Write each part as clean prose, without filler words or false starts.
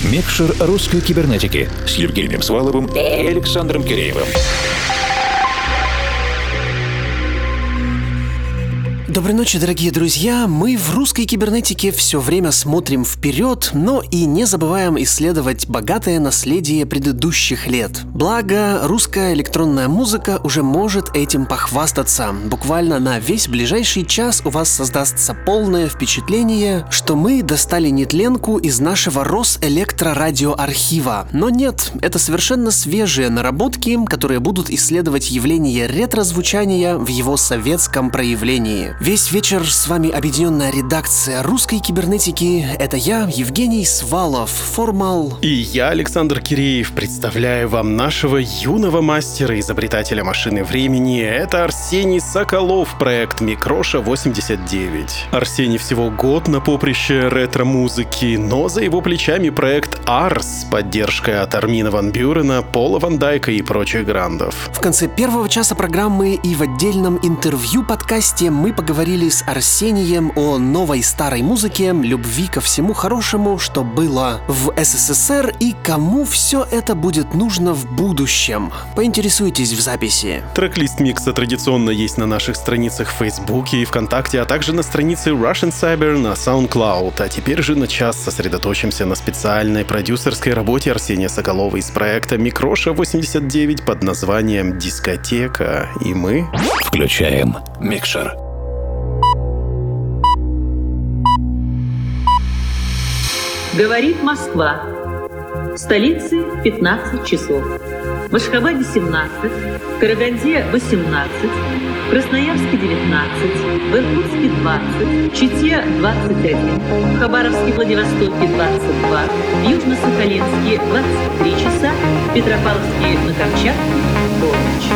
Микшер русской кибернетики с Евгением Сваловым и Александром Киреевым. Доброй ночи, дорогие друзья! Мы в русской кибернетике все время смотрим вперед, но и не забываем исследовать богатое наследие предыдущих лет. Благо, русская электронная музыка уже может этим похвастаться. Буквально на весь ближайший час у вас создастся полное впечатление, что мы достали нетленку из нашего Росэлектрорадиоархива. Но нет, это совершенно свежие наработки, которые будут исследовать явление ретро-звучания в его советском проявлении. Весь вечер с вами объединенная редакция русской кибернетики. Это я, Евгений Свалов, Формал. И я, Александр Киреев, представляю вам нашего юного мастера, изобретателя машины времени. Это Арсений Соколов, проект Микроша 89. Арсений всего год на поприще ретро-музыки, но за его плечами проект Арс с поддержкой от Армина ван Бюрена, Пола ван Дайка и прочих грандов. В конце первого часа программы и в отдельном интервью-подкасте мы поговорили с Арсением о новой старой музыке, любви ко всему хорошему, что было в СССР и кому все это будет нужно в будущем. Поинтересуйтесь в записи. Трек-лист микса традиционно есть на наших страницах в Фейсбуке и ВКонтакте, а также на странице Russian Cyber на SoundCloud. А теперь же на час сосредоточимся на специальной продюсерской работе Арсения Соколова из проекта Микроша 89 под названием «Дискотека». И мы включаем микшер. Говорит Москва. В столице 15 часов. В Ашхабаде 17, в Караганде 18, в Красноярске 19, в Иркутске 20, в Чите 21, в Хабаровске, Владивостоке 22, в Южно-Сахалинске 23 часа, в Петропавловске на Камчатке полночь.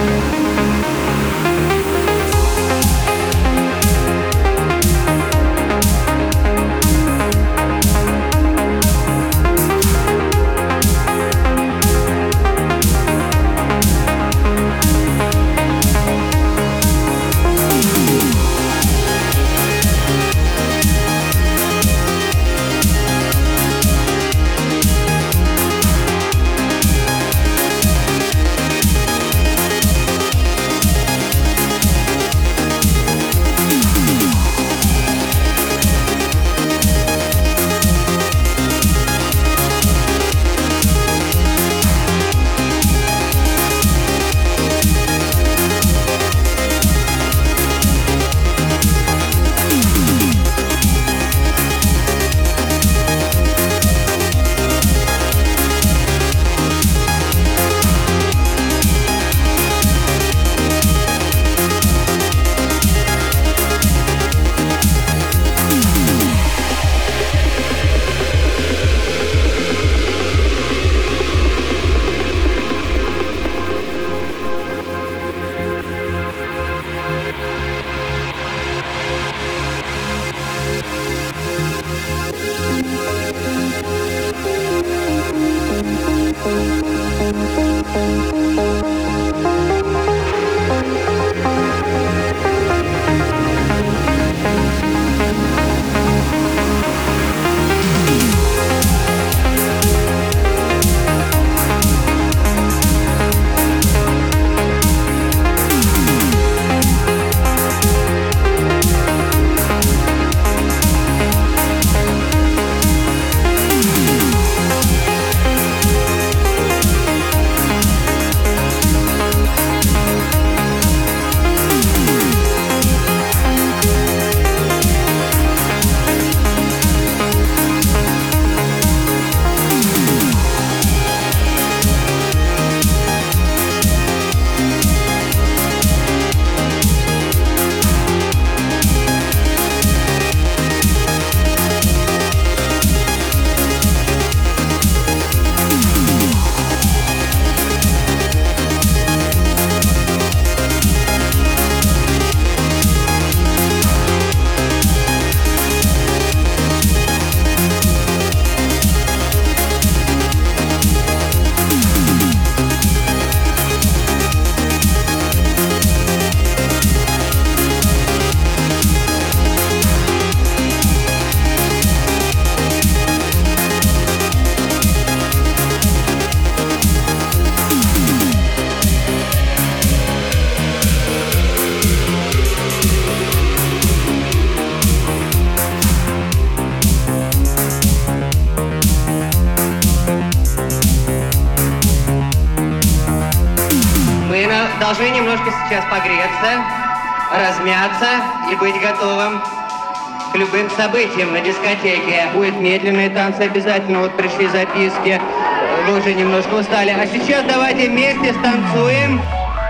должны немножко сейчас погреться, размяться и быть готовым к любым событиям на дискотеке. Будет медленные танцы обязательно, вот пришли записки, вы уже немножко устали. А сейчас давайте вместе станцуем.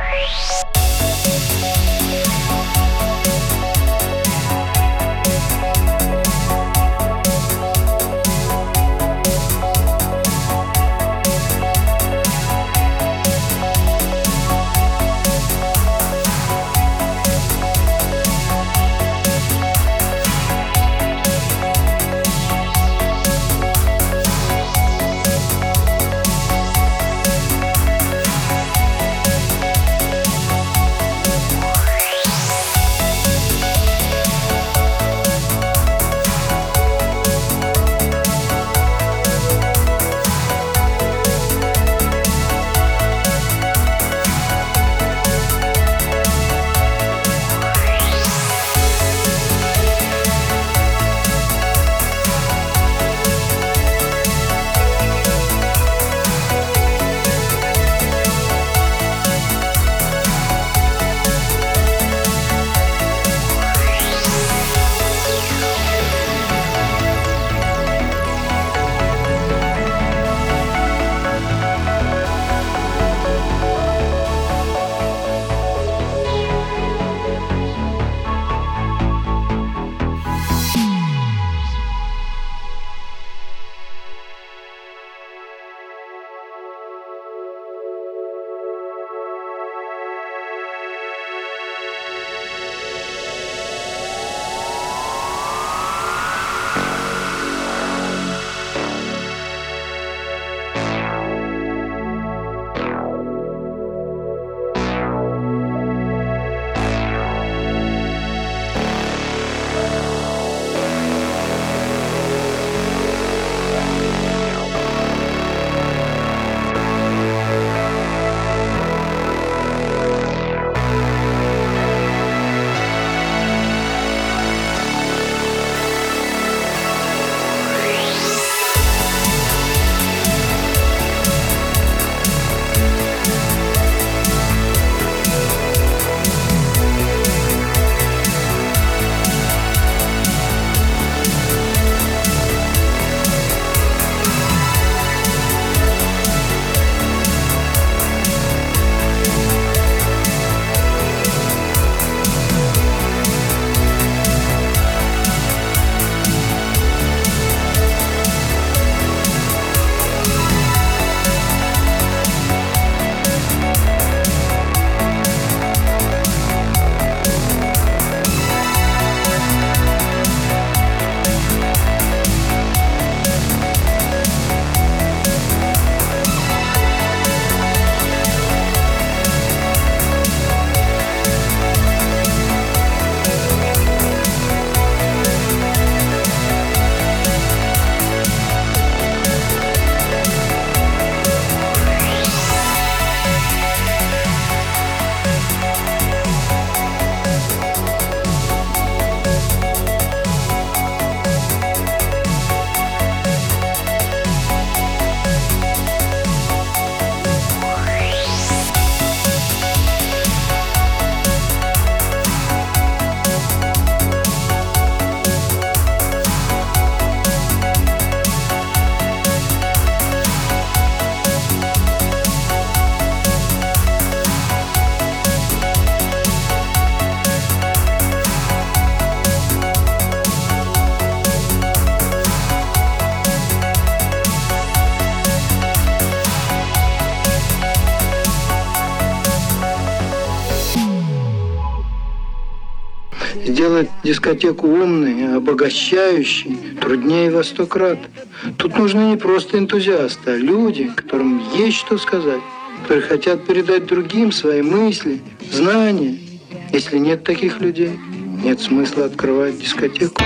Сделать дискотеку умной, обогащающей, труднее во 100 крат. Тут нужны не просто энтузиасты, а люди, которым есть что сказать, которые хотят передать другим свои мысли, знания. Если нет таких людей, нет смысла открывать дискотеку.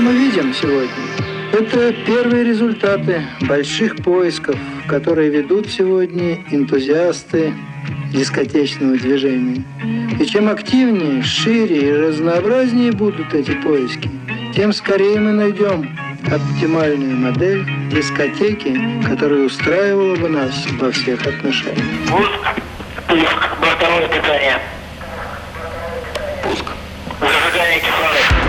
мы видим сегодня, это первые результаты больших поисков, которые ведут сегодня энтузиасты дискотечного движения. И чем активнее, шире и разнообразнее будут эти поиски, тем скорее мы найдем оптимальную модель дискотеки, которая устраивала бы нас во всех отношениях. Пуск, бортовое питание. Пуск. Зажигание кислорода.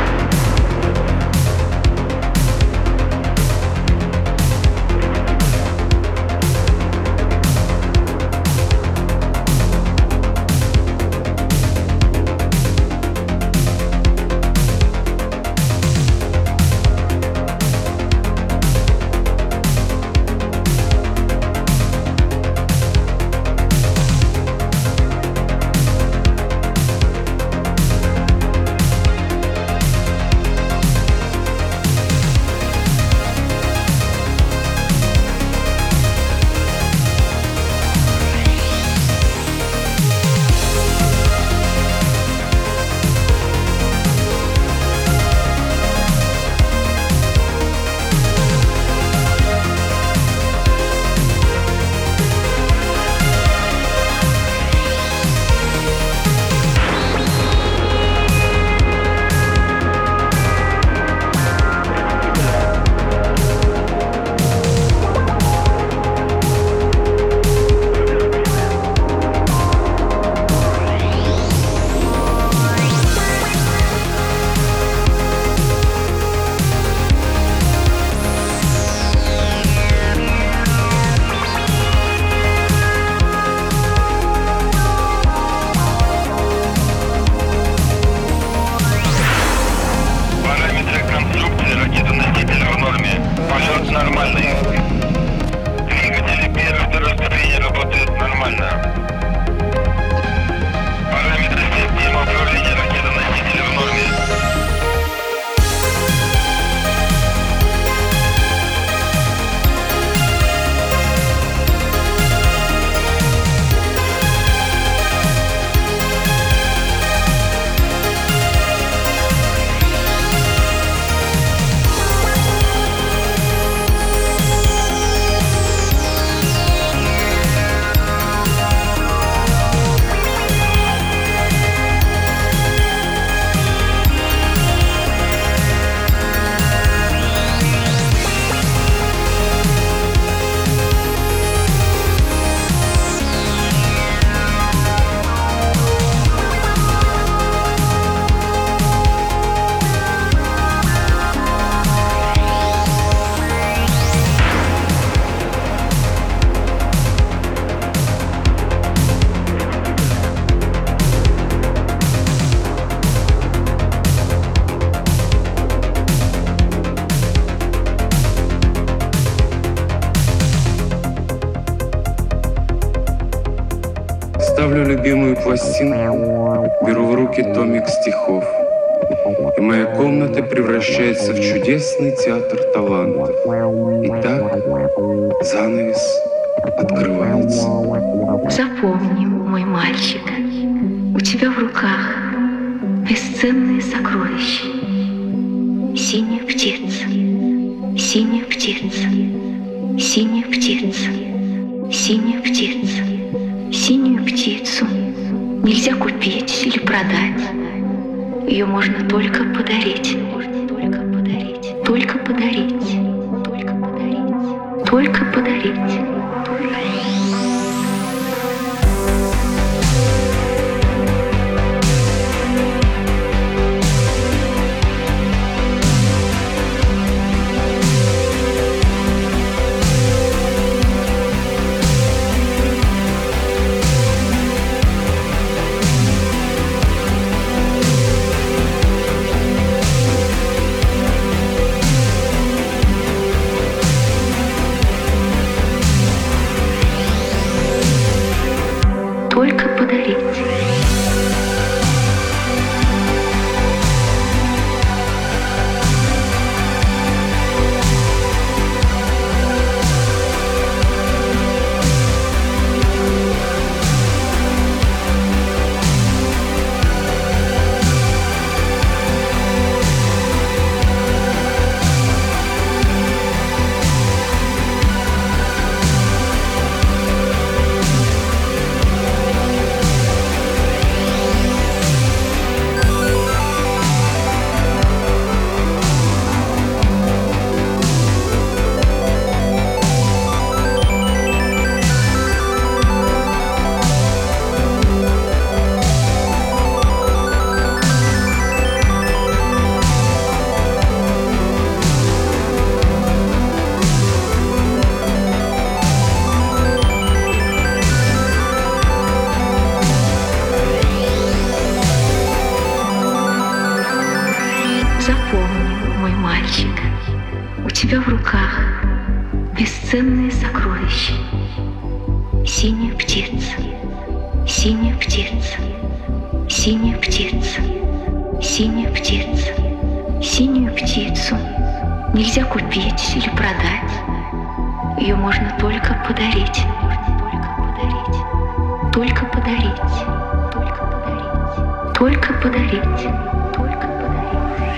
Ставлю любимую пластинку, беру в руки томик стихов, и моя комната превращается в чудесный театр талантов. Итак, занавес открывается. Запомни, мой мальчик, у тебя в руках бесценные сокровища. Синяя птица, синяя птица, синяя птица, синяя птица. Синюю птицу нельзя купить или продать. Ее можно только подарить. Только подарить. Только подарить. Только подарить. Только подарить. мальчик. У тебя в руках бесценные сокровища. Синяя птица, синяя птица, синяя птица, синяя птица. Синюю птицу нельзя купить или продать. Ее можно только подарить. Только подарить. Только подарить. Только подарить.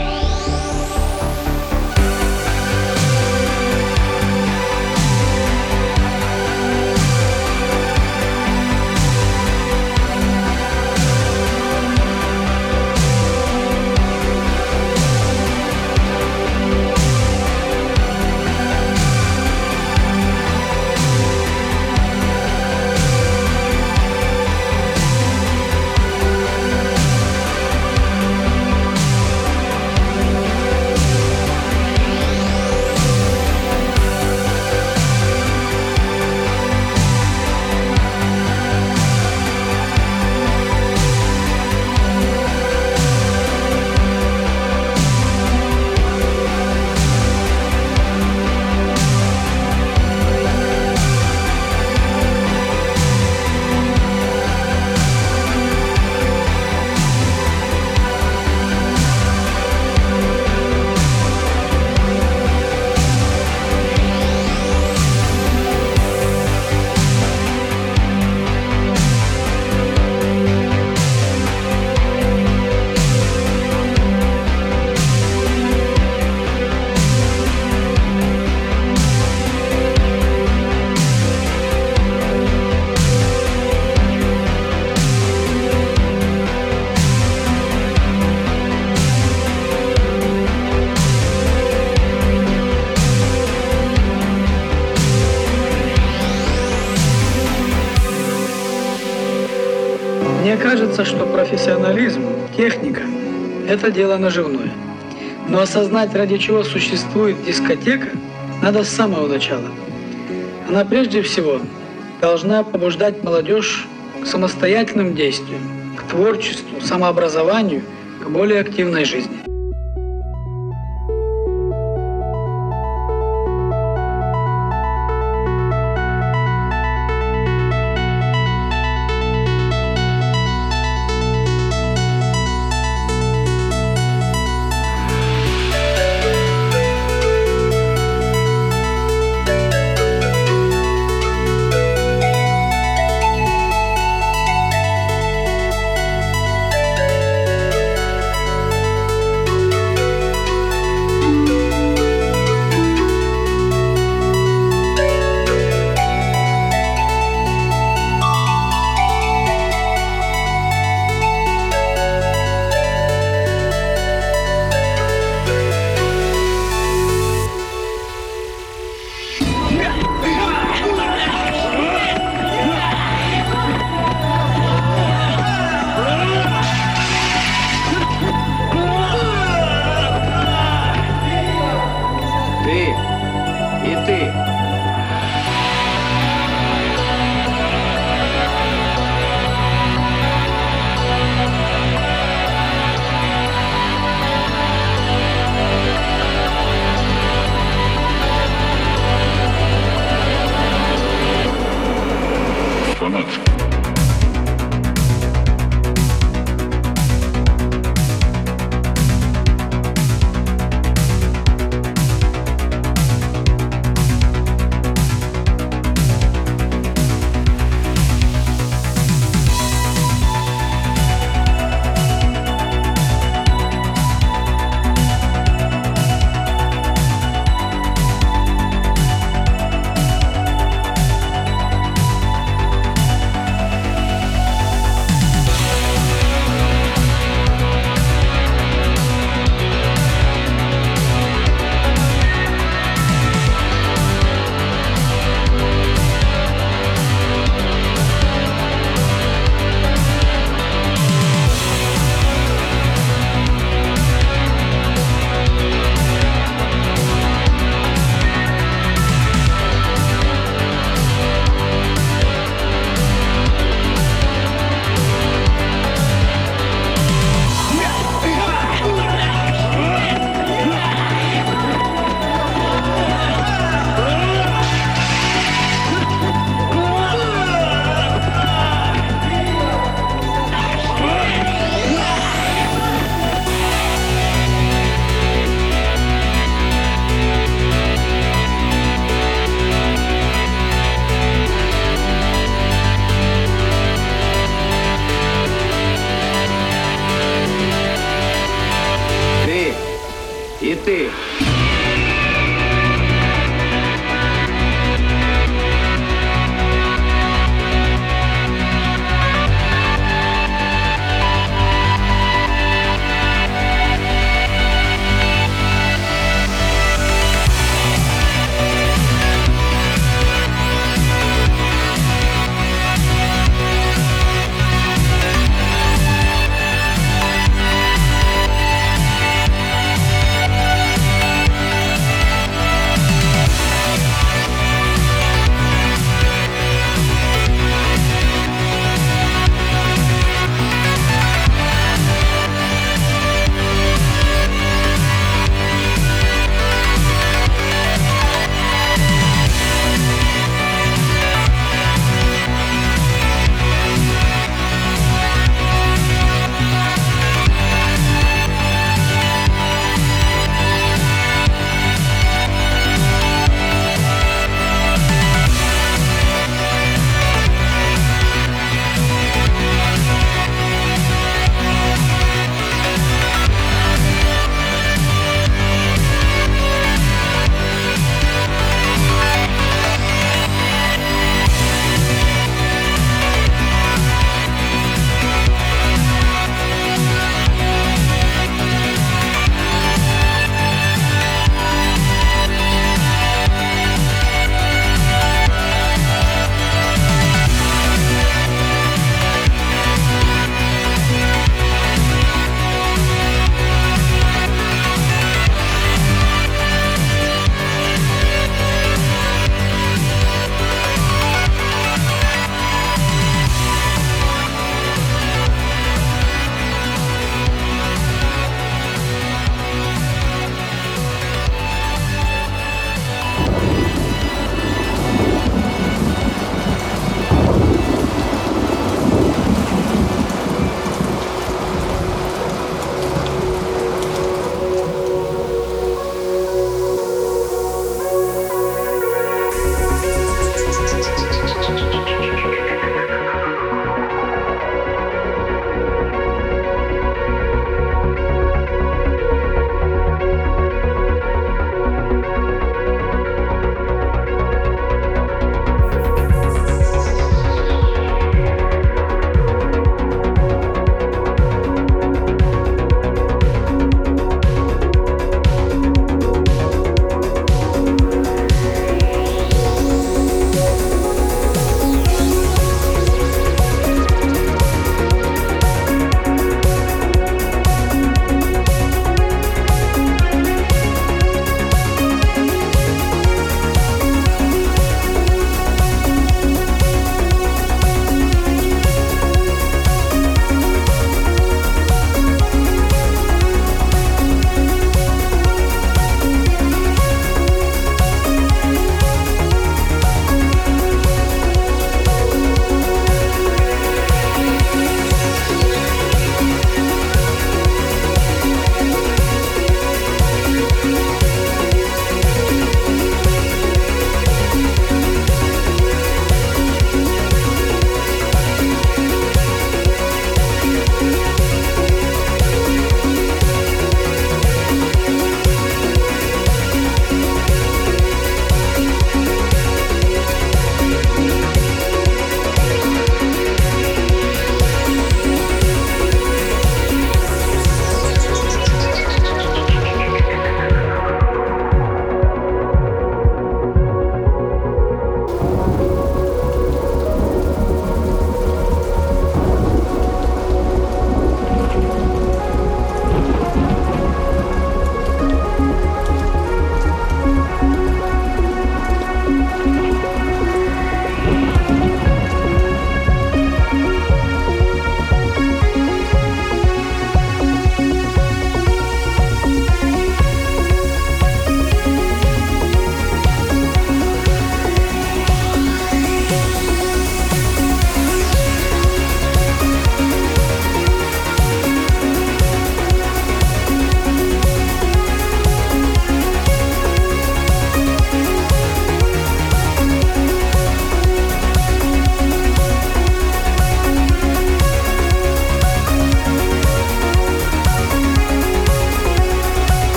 Мне кажется, что профессионализм, техника – это дело наживное. Но осознать, ради чего существует дискотека, надо с самого начала. Она прежде всего должна побуждать молодежь к самостоятельным действиям, к творчеству, самообразованию, к более активной жизни. минуты.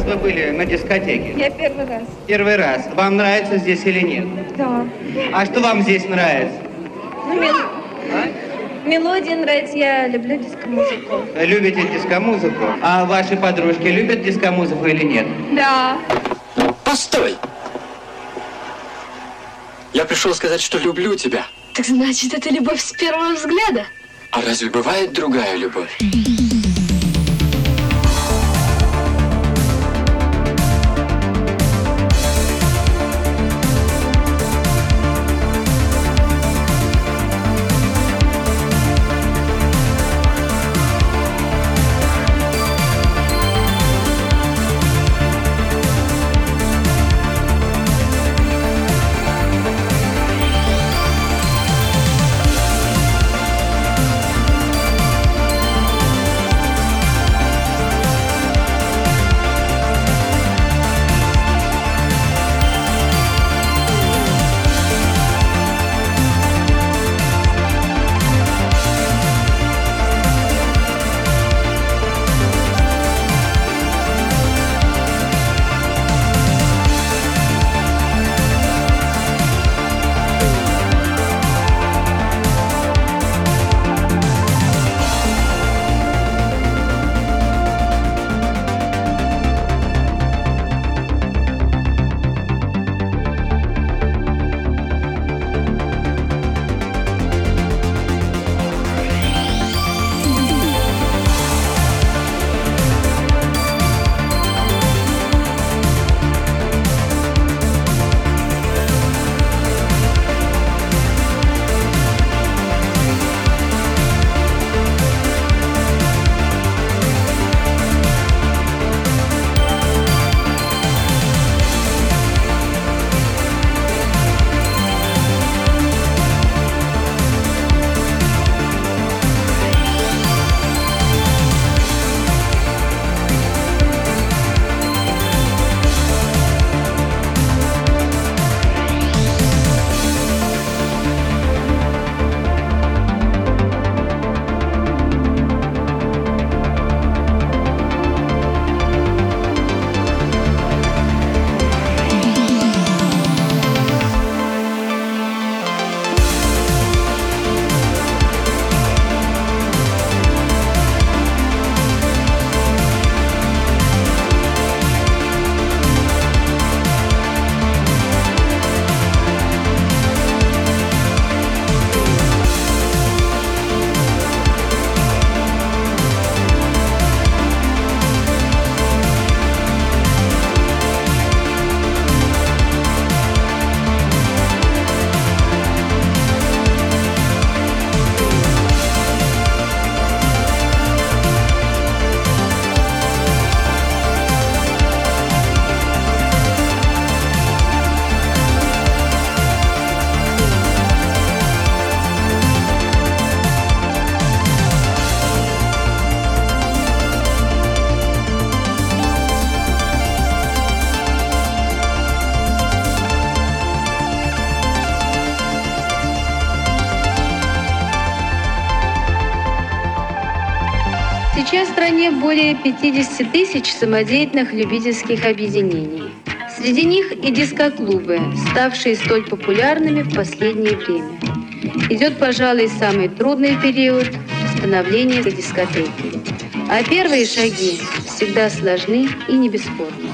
вы были на дискотеке? Я первый раз. Первый раз. Вам нравится здесь или нет? Да. А что вам здесь нравится? Ну, мелодия нравится, я люблю диско-музыку. Любите дискомузыку? А ваши подружки любят дискомузыку или нет? Да. Постой! Я пришел сказать, что люблю тебя. Так значит, это любовь с первого взгляда? А разве бывает другая любовь? Сейчас в стране более 50 тысяч самодеятельных любительских объединений. Среди них и диско-клубы, ставшие столь популярными в последнее время. Идет, пожалуй, самый трудный период становления дискотеки. А первые шаги всегда сложны и не бесспорны.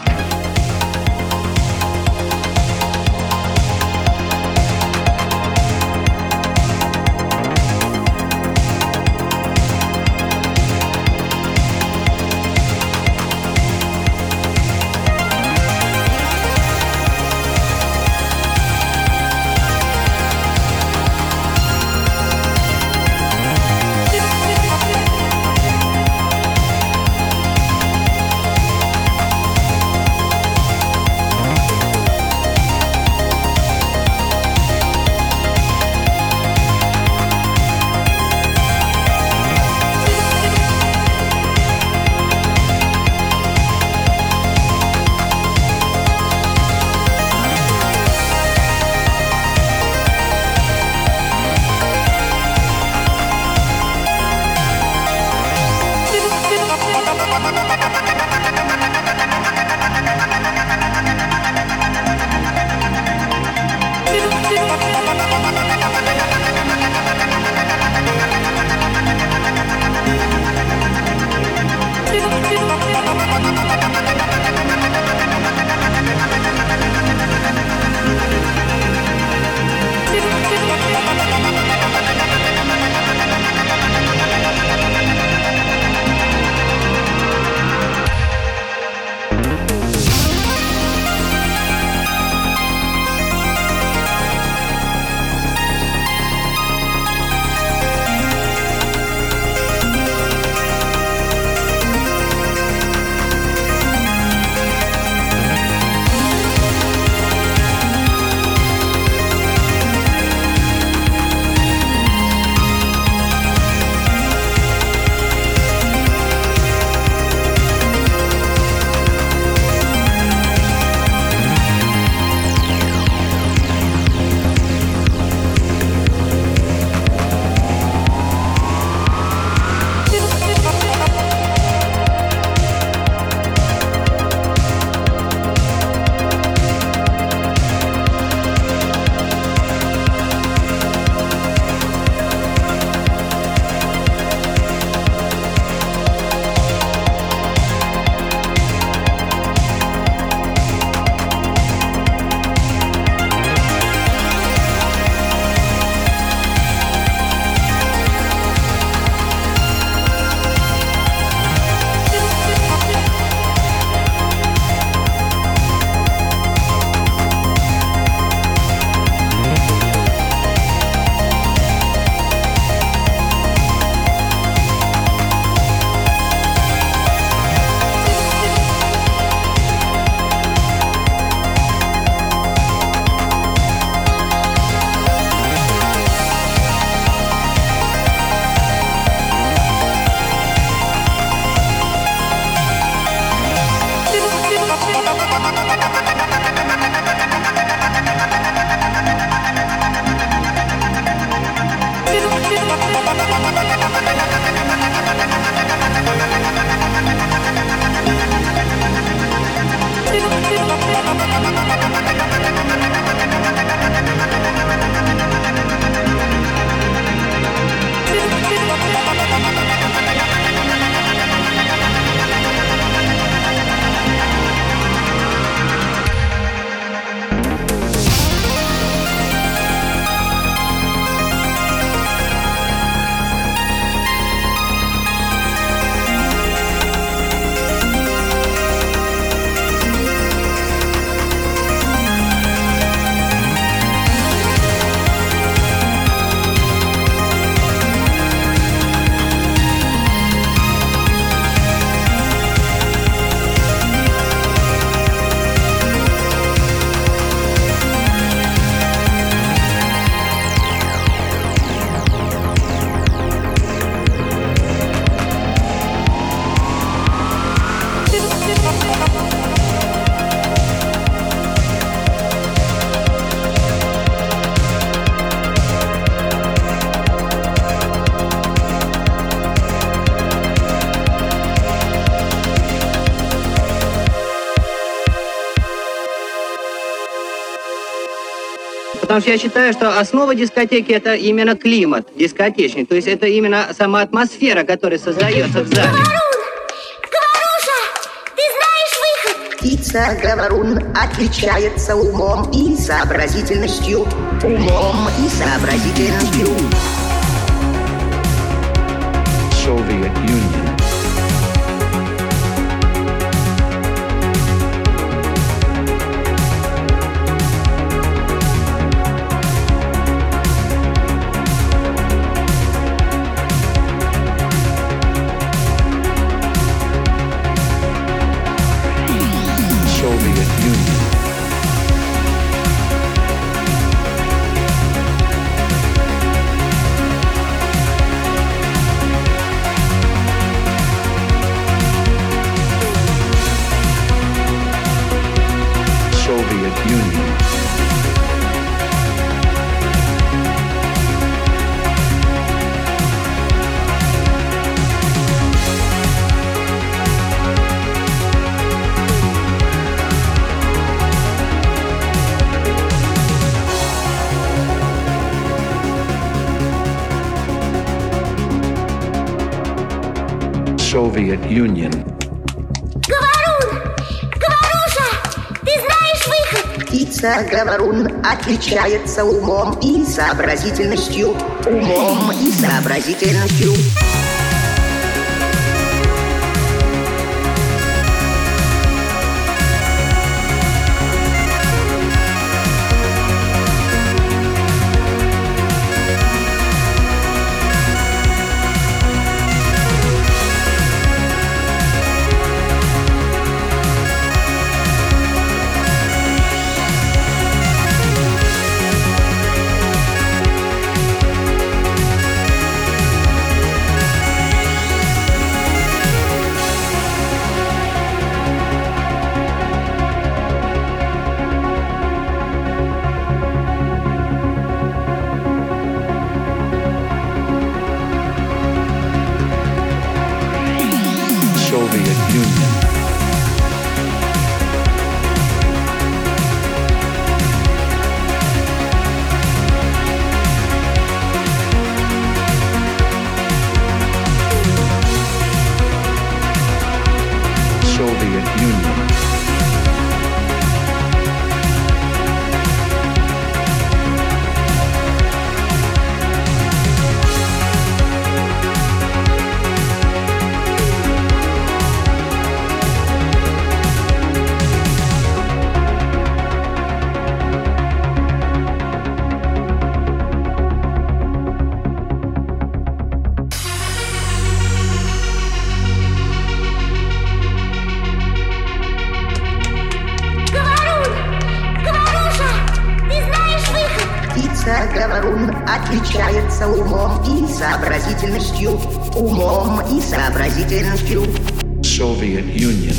Потому что я считаю, что основа дискотеки — это именно климат дискотечный. То есть это именно сама атмосфера, которая создается в зале. Птица Говорун отличается умом и сообразительностью. Умом и сообразительностью. Soviet Union. Soviet Union. Говоруша, ты знаешь выход? Птица Говорун отличается умом и сообразительностью. Умом и сообразительностью. Говорун отличается умом и сообразительностью. Умом и сообразительностью. Soviet Union.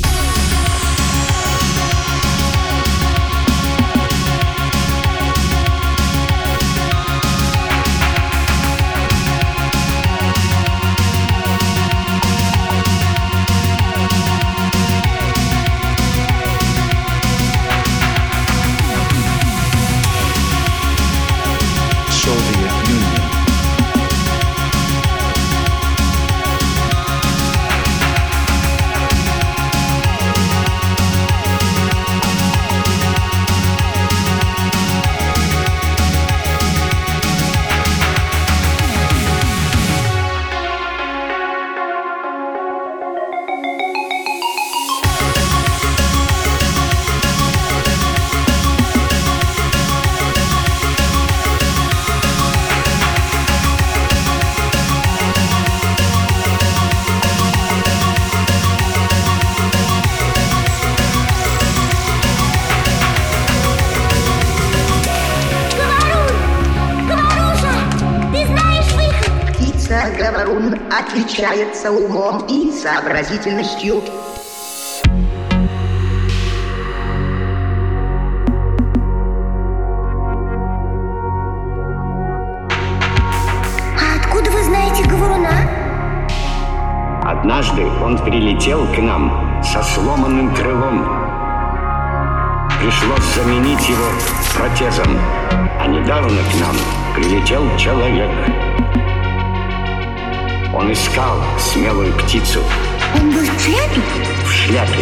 Говорун отличается умом и сообразительностью. А откуда вы знаете Говоруна? Однажды он прилетел к нам со сломанным крылом. пришлось заменить его протезом. А недавно к нам прилетел человек. Он искал смелую птицу. Он был в шляпе? В шляпе.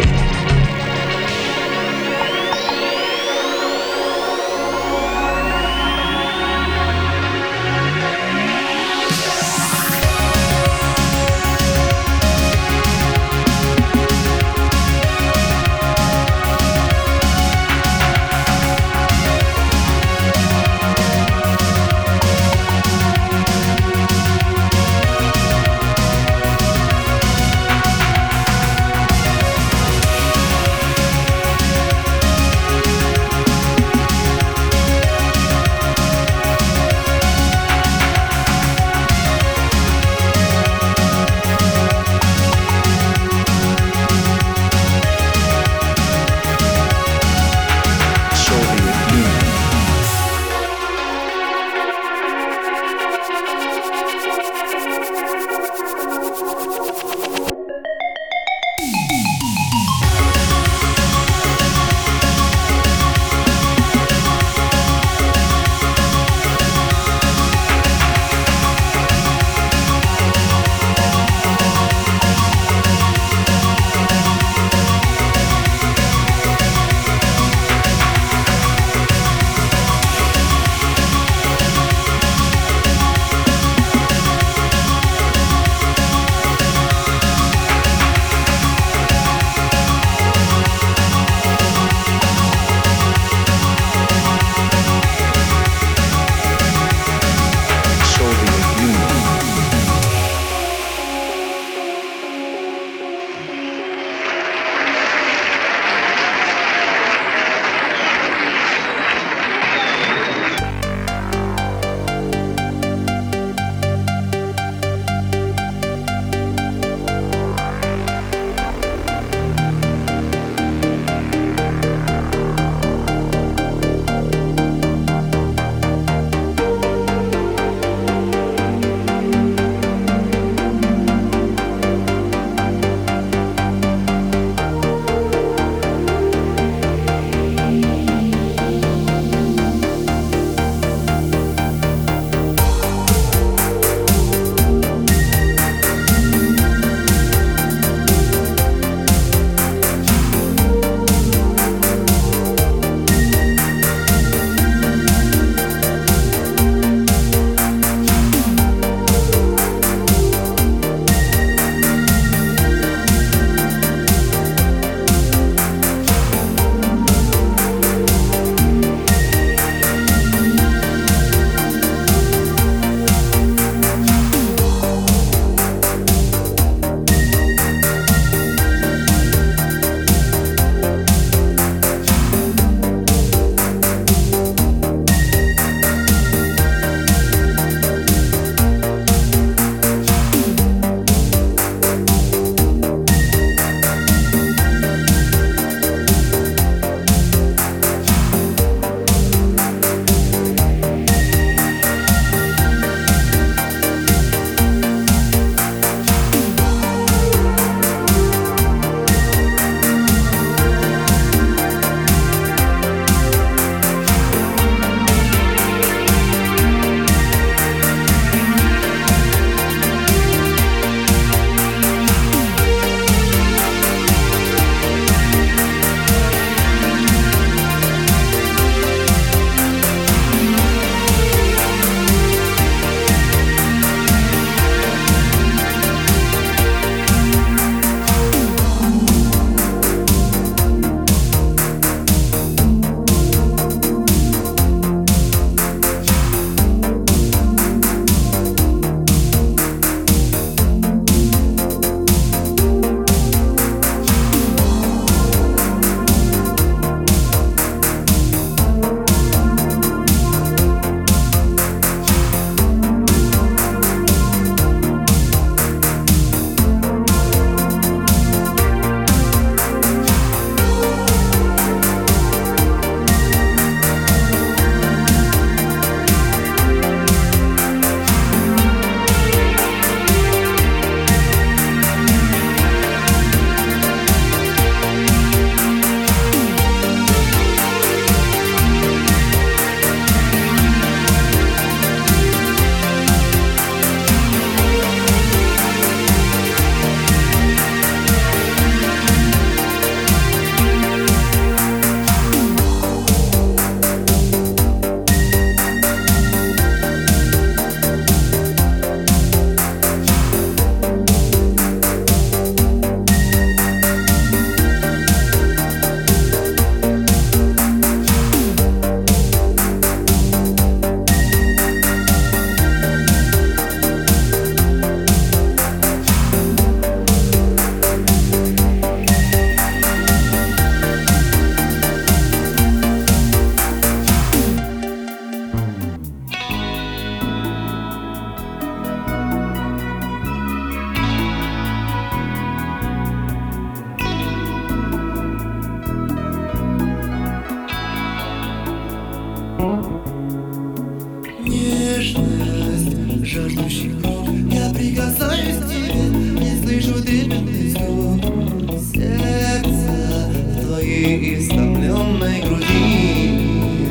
жаждущих рук. Я прикасаюсь к тебе и слышу трепетный стук сердца в твоей истомленной груди.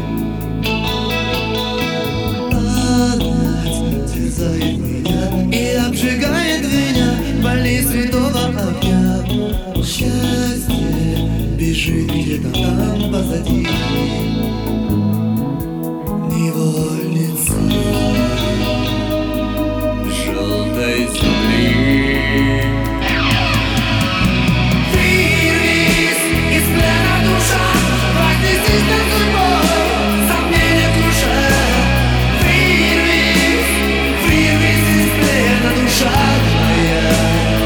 Палац терзает меня и обжигает меня болей святого огня. Счастье бежит где-то там позади. Невольница желтой земли. Вырвись из плена, душа, вознесись над судьбой, сомнения круша. Вырвись из плена, душа моя.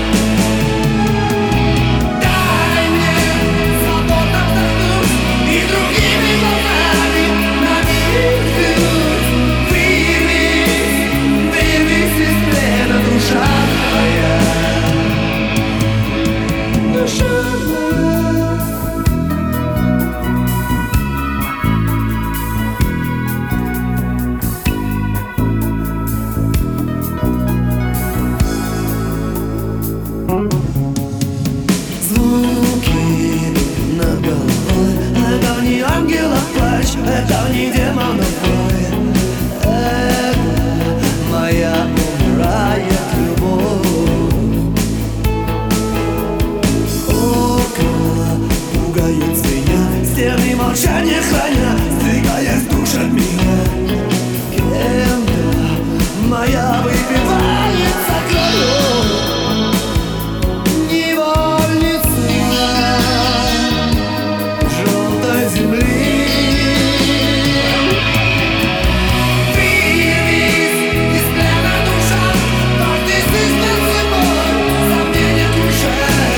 Дай мне свободно вдохнуть и другими глазами на мир взглянуть. Вырвись из плена, душа моя. Душа моя. Звуки над головой, это не ангелов плач, это не демонов вой. Это моя умирает любовь. Окна пугают звеня, стены молчания храня, сдвигаясь душ от меня. Кем-то моя выпивается кровью. Невольница желтой земли. Вырвись из плена, душа, вознесись над судьбой, сомнения круша.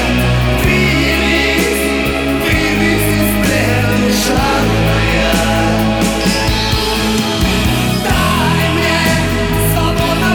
Вырвись из плена, душа моя. Дай мне свободно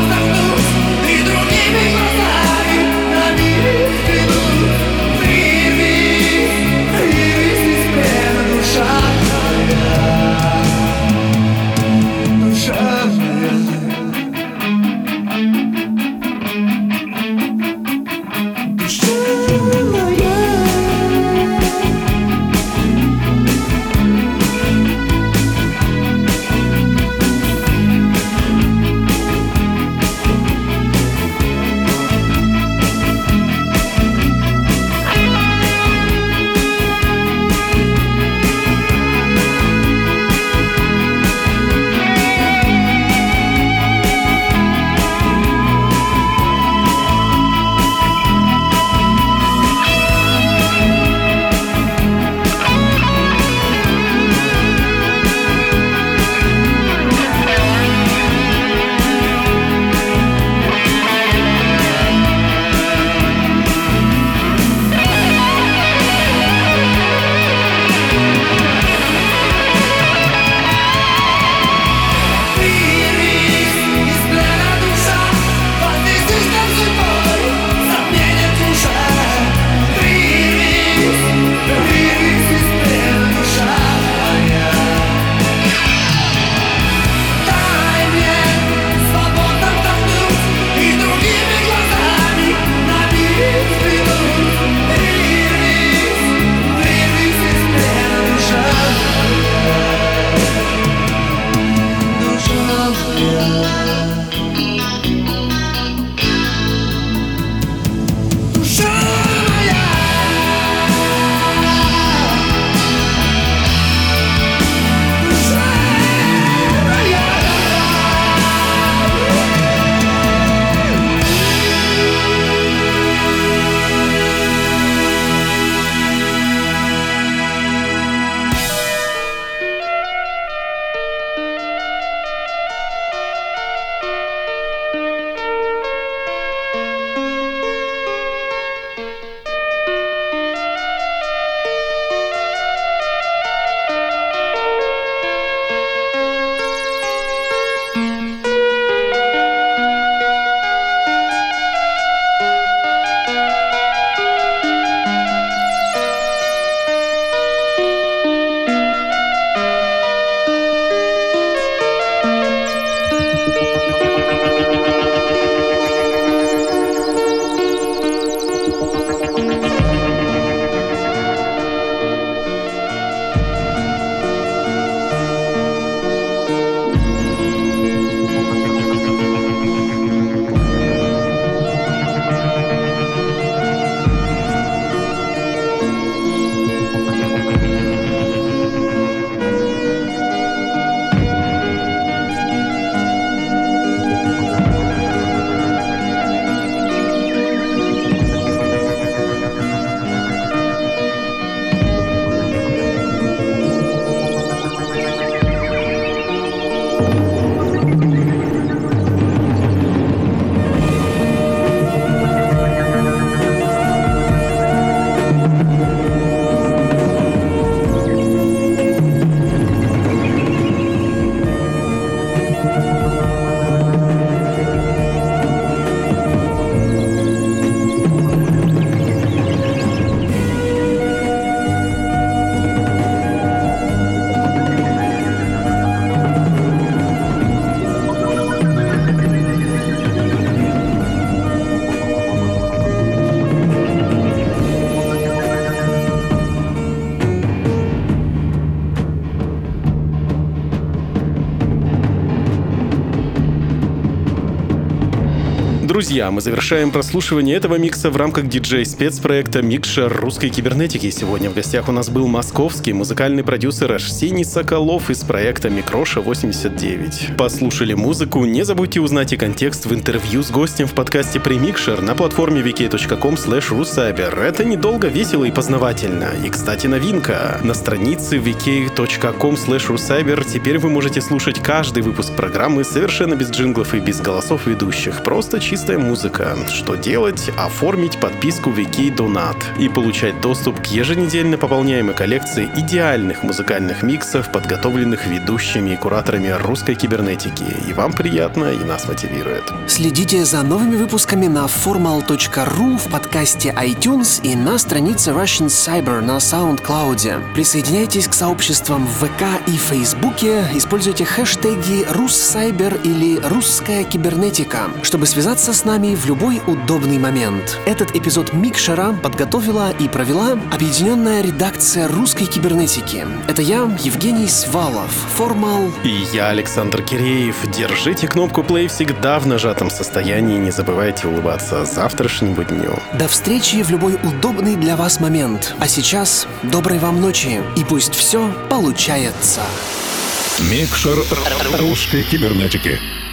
Друзья, мы завершаем прослушивание этого микса в рамках диджей-спецпроекта «Микшер русской кибернетики». Сегодня в гостях у нас был московский музыкальный продюсер Арсений Соколов из проекта «Микроша 89». Послушали музыку? Не забудьте узнать и контекст в интервью с гостем в подкасте «Премикшер» на платформе vk.com/rucyber. Это недолго, весело и познавательно. И, кстати, новинка. На странице vk.com/rucyber теперь вы можете слушать каждый выпуск программы совершенно без джинглов и без голосов ведущих. Просто чистая музыка. Что делать? Оформить подписку VK Donat и получать доступ к еженедельно пополняемой коллекции идеальных музыкальных миксов, подготовленных ведущими и кураторами русской кибернетики. И вам приятно, и нас мотивирует. Следите за новыми выпусками на formal.ru, в подкасте iTunes и на странице Russian Cyber на SoundCloud. Присоединяйтесь к сообществам в ВК и Фейсбуке, используйте хэштеги «Руссайбер» или «Русская кибернетика», чтобы связаться с нами в любой удобный момент. Этот эпизод Микшера подготовила и провела объединенная редакция русской кибернетики. Это я, Евгений Свалов, Формал. И я, Александр Киреев. Держите кнопку play всегда в нажатом состоянии. Не забывайте улыбаться завтрашнему дню. До встречи в любой удобный для вас момент. А сейчас доброй вам ночи. И пусть все получается. Микшер русской кибернетики.